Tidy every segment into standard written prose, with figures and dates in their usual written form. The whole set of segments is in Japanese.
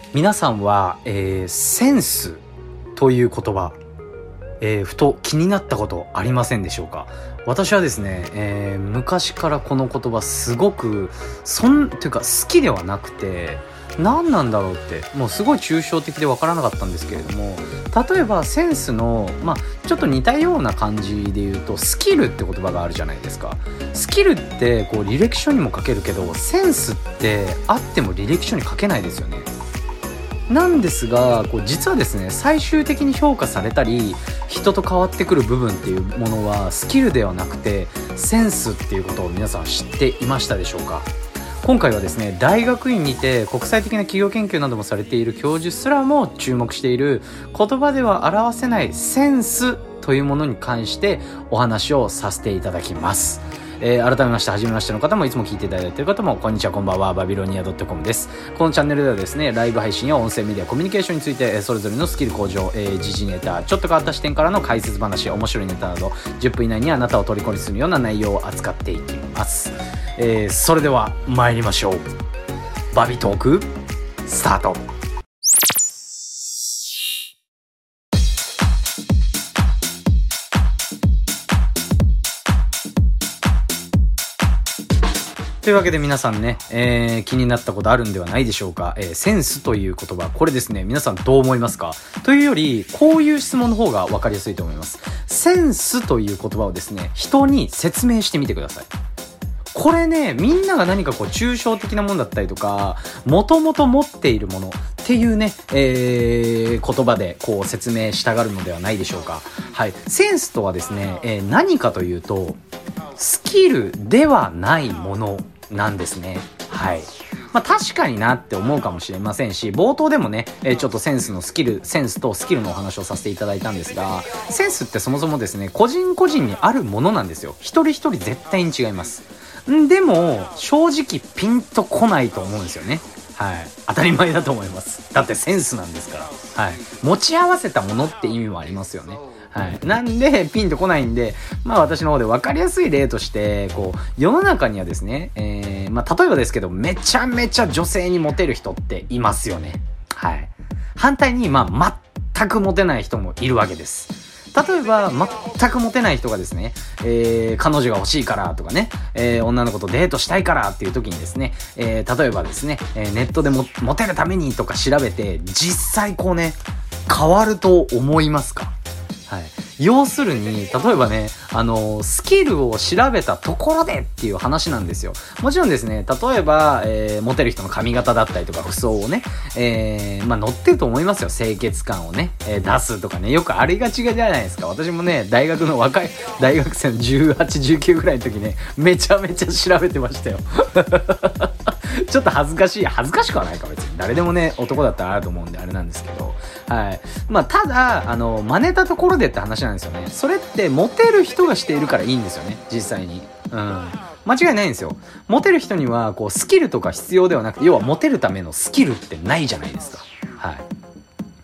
皆さんは、センスという言葉、ふと気になったことありませんでしょうか？私はですね、昔からこの言葉すごくというか好きではなくて、何なんだろうってもうすごい抽象的でわからなかったんですけれども、例えばセンスのちょっと似たような感じで言うとスキルって言葉があるじゃないですか。スキルってこう履歴書にも書けるけど、センスってあっても履歴書に書けないですよね。なんですが実はですね、最終的に評価されたり人と変わってくる部分っていうものはスキルではなくてセンスっていうことを皆さん知っていましたでしょうか？今回はですね、大学院にて国際的な企業研究などもされている教授すらも注目している言葉では表せないセンスというものに関してお話をさせていただきます。改めまして初めましての方もいつも聞いていただいている方もこんにちは、こんばんは。バビロニア .com です。このチャンネルではですね、ライブ配信や音声メディア、コミュニケーションについてそれぞれのスキル向上、時事ネタ、ちょっと変わった視点からの解説話、面白いネタなど10分以内にあなたを虜にするような内容を扱っていきます。それでは参りましょう。バビトークスタート。というわけで皆さんね、気になったことあるんではないでしょうか。センスという言葉、これですね、皆さんどう思いますか？というよりこういう質問の方が分かりやすいと思います。センスという言葉をですね、人に説明してみてください。これね、みんなが何か抽象的なものだったりとか、もともと持っているものっていうね、言葉で説明したがるのではないでしょうか。はい。センスとはですね、何かというと、スキルではないものなんですね。はい。確かになって思うかもしれませんし、冒頭でもね、ちょっとセンスとスキルのお話をさせていただいたんですが、センスってそもそもですね、個人個人にあるものなんですよ。一人一人絶対に違います。でも正直ピンとこないと思うんですよね。はい。当たり前だと思います。だってセンスなんですから。はい。持ち合わせたものって意味もありますよね。はい。なんでピンとこないんで、私の方で分かりやすい例として世の中にはですね、例えばですけど、めちゃめちゃ女性にモテる人っていますよね。はい。反対に全くモテない人もいるわけです。例えば全くモテない人がですね、彼女が欲しいからとかね、女の子とデートしたいからっていう時にですね、例えばですね、ネットでモテるためにとか調べて実際変わると思いますか？はい。要するに、例えばね、スキルを調べたところでっていう話なんですよ。もちろんですね、例えば、モテる人の髪型だったりとか服装をね、載ってると思いますよ。清潔感をね、出すとかね、よくありがちじゃないですか。私もね、大学の若い大学生の18、19ぐらいの時ね、めちゃめちゃ調べてましたよ。ちょっと恥ずかしくはないか、別に。誰でもね、男だったらあると思うんであれなんですけど。はい。ただ、真似たところでって話なんですよね。それってモテる人がしているからいいんですよね、実際に。間違いないんですよ。モテる人にはスキルとか必要ではなくて、要はモテるためのスキルってないじゃないですか。はい。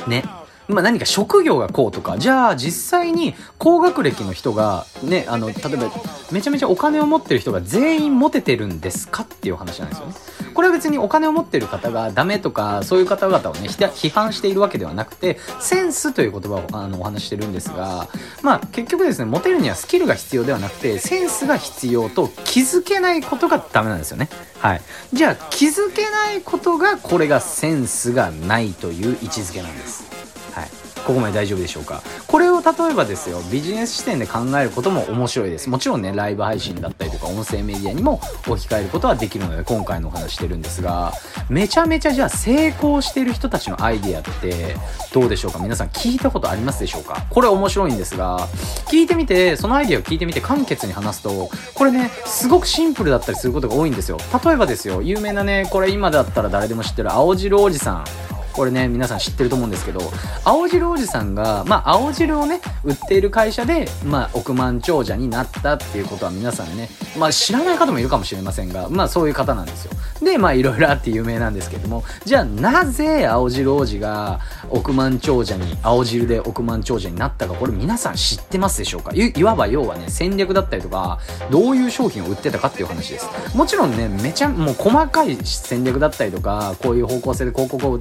ね。何か職業がこうとか、じゃあ実際に高学歴の人がね、例えばめちゃめちゃお金を持ってる人が全員モテてるんですかっていう話なんですよね。これは別にお金を持ってる方がダメとかそういう方々をね批判しているわけではなくて、センスという言葉をお話してるんですが、結局ですね、モテるにはスキルが必要ではなくてセンスが必要と気づけないことがダメなんですよね。はい。じゃあ気づけないことが、これがセンスがないという位置づけなんです。はい。ここまで大丈夫でしょうか？これを例えばですよ、ビジネス視点で考えることも面白いです。もちろんね、ライブ配信だったりとか音声メディアにも置き換えることはできるので、今回のお話してるんですが、めちゃめちゃじゃあ成功している人たちのアイディアってどうでしょうか？皆さん聞いたことありますでしょうか？これ面白いんですが、聞いてみて、そのアイディアを聞いてみて簡潔に話すと、これね、すごくシンプルだったりすることが多いんですよ。例えばですよ、有名なね、これ今だったら誰でも知ってる青汁おじさん。これね、皆さん知ってると思うんですけど、青汁おじさんが、青汁をね、売っている会社で、億万長者になったっていうことは皆さんね、知らない方もいるかもしれませんが、そういう方なんですよ。で、いろいろあって有名なんですけども、じゃあなぜ青汁王子が青汁で億万長者になったか、これ皆さん知ってますでしょうか？いわば要はね、戦略だったりとか、どういう商品を売ってたかっていう話です。もちろんね、もう細かい戦略だったりとか、こういう方向性で広告を歌うとか、そ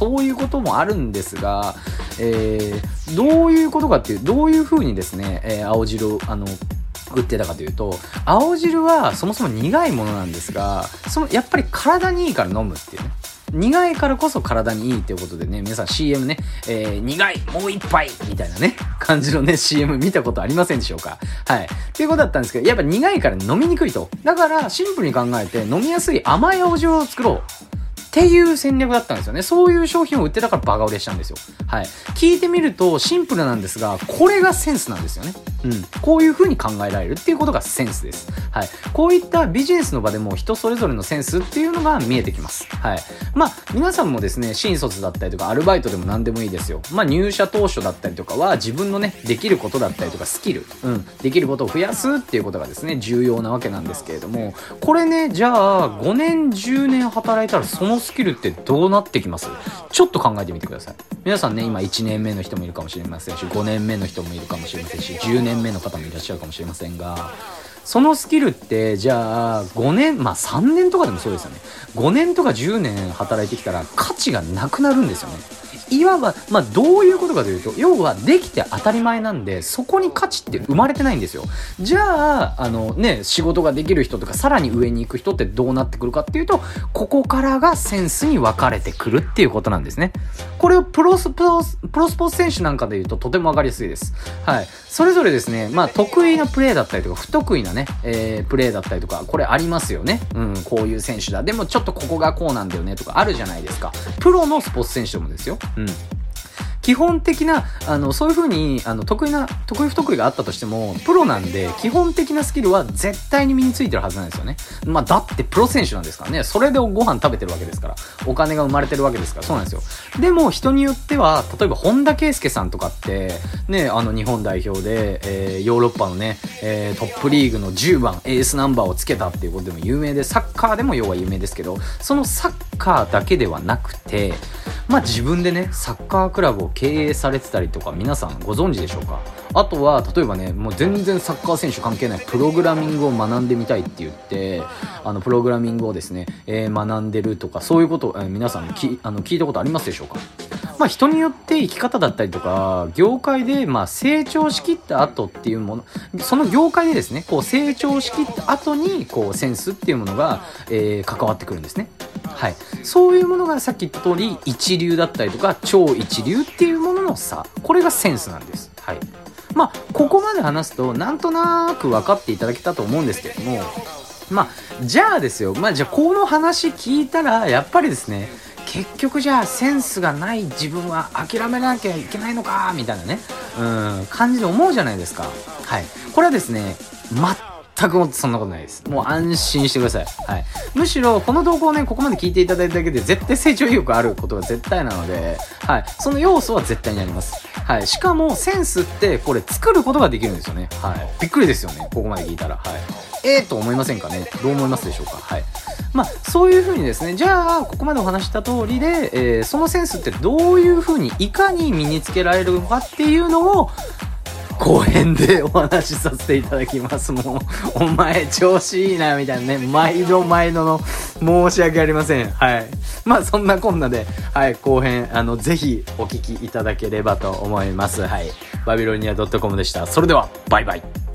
そういうこともあるんですが、どういうことかっていう、どういう風にですね、青汁を、売ってたかというと、青汁はそもそも苦いものなんですが、やっぱり体にいいから飲むっていうね。苦いからこそ体にいいっていうことでね、皆さん CM ね、苦いもう一杯みたいなね、感じのね、CM 見たことありませんでしょうか。はい。っていうことだったんですけど、やっぱ苦いから飲みにくいと。だからシンプルに考えて飲みやすい甘い青汁を作ろう。っていう戦略だったんですよね。そういう商品を売ってたからバカ売れしたんですよ。はい。聞いてみるとシンプルなんですが、これがセンスなんですよね。こういう風に考えられるっていうことがセンスです。はい。こういったビジネスの場でも人それぞれのセンスっていうのが見えてきます。はい。皆さんもですね、新卒だったりとかアルバイトでも何でもいいですよ。入社当初だったりとかは自分のね、できることだったりとかスキル、できることを増やすっていうことがですね、重要なわけなんですけれども、これね、じゃあ5年10年働いたらそのスキルってどうなってきます？ちょっと考えてみてください。皆さんね、今1年目の人もいるかもしれませんし、5年目の人もいるかもしれませんし、10年目の方もいらっしゃるかもしれませんが、そのスキルってじゃあ5年、3年とかでもそうですよね。5年とか10年働いてきたら価値がなくなるんですよね。いわば、どういうことかというと、要はできて当たり前なんで、そこに価値って生まれてないんですよ。じゃあ、仕事ができる人とか、さらに上に行く人ってどうなってくるかっていうと、ここからがセンスに分かれてくるっていうことなんですね。これをプロスポーツ選手なんかで言うととても分かりやすいです。はい。それぞれですね、得意なプレーだったりとか、不得意なね、プレーだったりとか、これありますよね。こういう選手だ。でもちょっとここがこうなんだよねとかあるじゃないですか。プロのスポーツ選手でもですよ。基本的な、そういう風に、得意不得意があったとしても、プロなんで、基本的なスキルは絶対に身についてるはずなんですよね。だってプロ選手なんですからね。それでご飯食べてるわけですから。お金が生まれてるわけですから。そうなんですよ。でも、人によっては、例えば、本田圭佑さんとかって、ね、日本代表で、ヨーロッパのね、トップリーグの10番、エースナンバーをつけたっていうことでも有名で、サッカーでも要は有名ですけど、そのサッカーだけではなくて、自分でね、サッカークラブを経営されてたりとか、皆さんご存知でしょうか？あとは、例えばね、もう全然サッカー選手関係ないプログラミングを学んでみたいって言って、プログラミングをですね、学んでるとか、そういうことを、皆さん聞いたことありますでしょうか？人によって生き方だったりとか、業界で、成長しきった後っていうもの、その業界でですね、こう成長しきった後に、こうセンスっていうものが、関わってくるんですね。はい。そういうものがさっき言った通り、一流だったりとか、超一流っていうものの差。これがセンスなんです。はい。ここまで話すと、なんとなく分かっていただけたと思うんですけれども、じゃあですよ。じゃあこの話聞いたら、やっぱりですね、結局じゃあセンスがない自分は諦めなきゃいけないのかみたいなね、感じで思うじゃないですか。はい。これはですね、全くそんなことないです。もう安心してください。はい。むしろ、この動画をね、ここまで聞いていただいただけで絶対成長意欲あることが絶対なので、はい。その要素は絶対にあります。はい。しかも、センスってこれ作ることができるんですよね。はい。びっくりですよね。ここまで聞いたら。はい。と思いませんかね？どう思いますでしょうか？はい。そういう風にですね、じゃあ、ここまでお話した通りで、そのセンスってどういう風に、いかに身につけられるのかっていうのを、後編でお話しさせていただきます。もう、お前調子いいな、みたいなね。毎度の申し訳ありません。はい。そんなこんなで、はい、後編、ぜひお聞きいただければと思います。はい。バビロニア .com でした。それでは、バイバイ。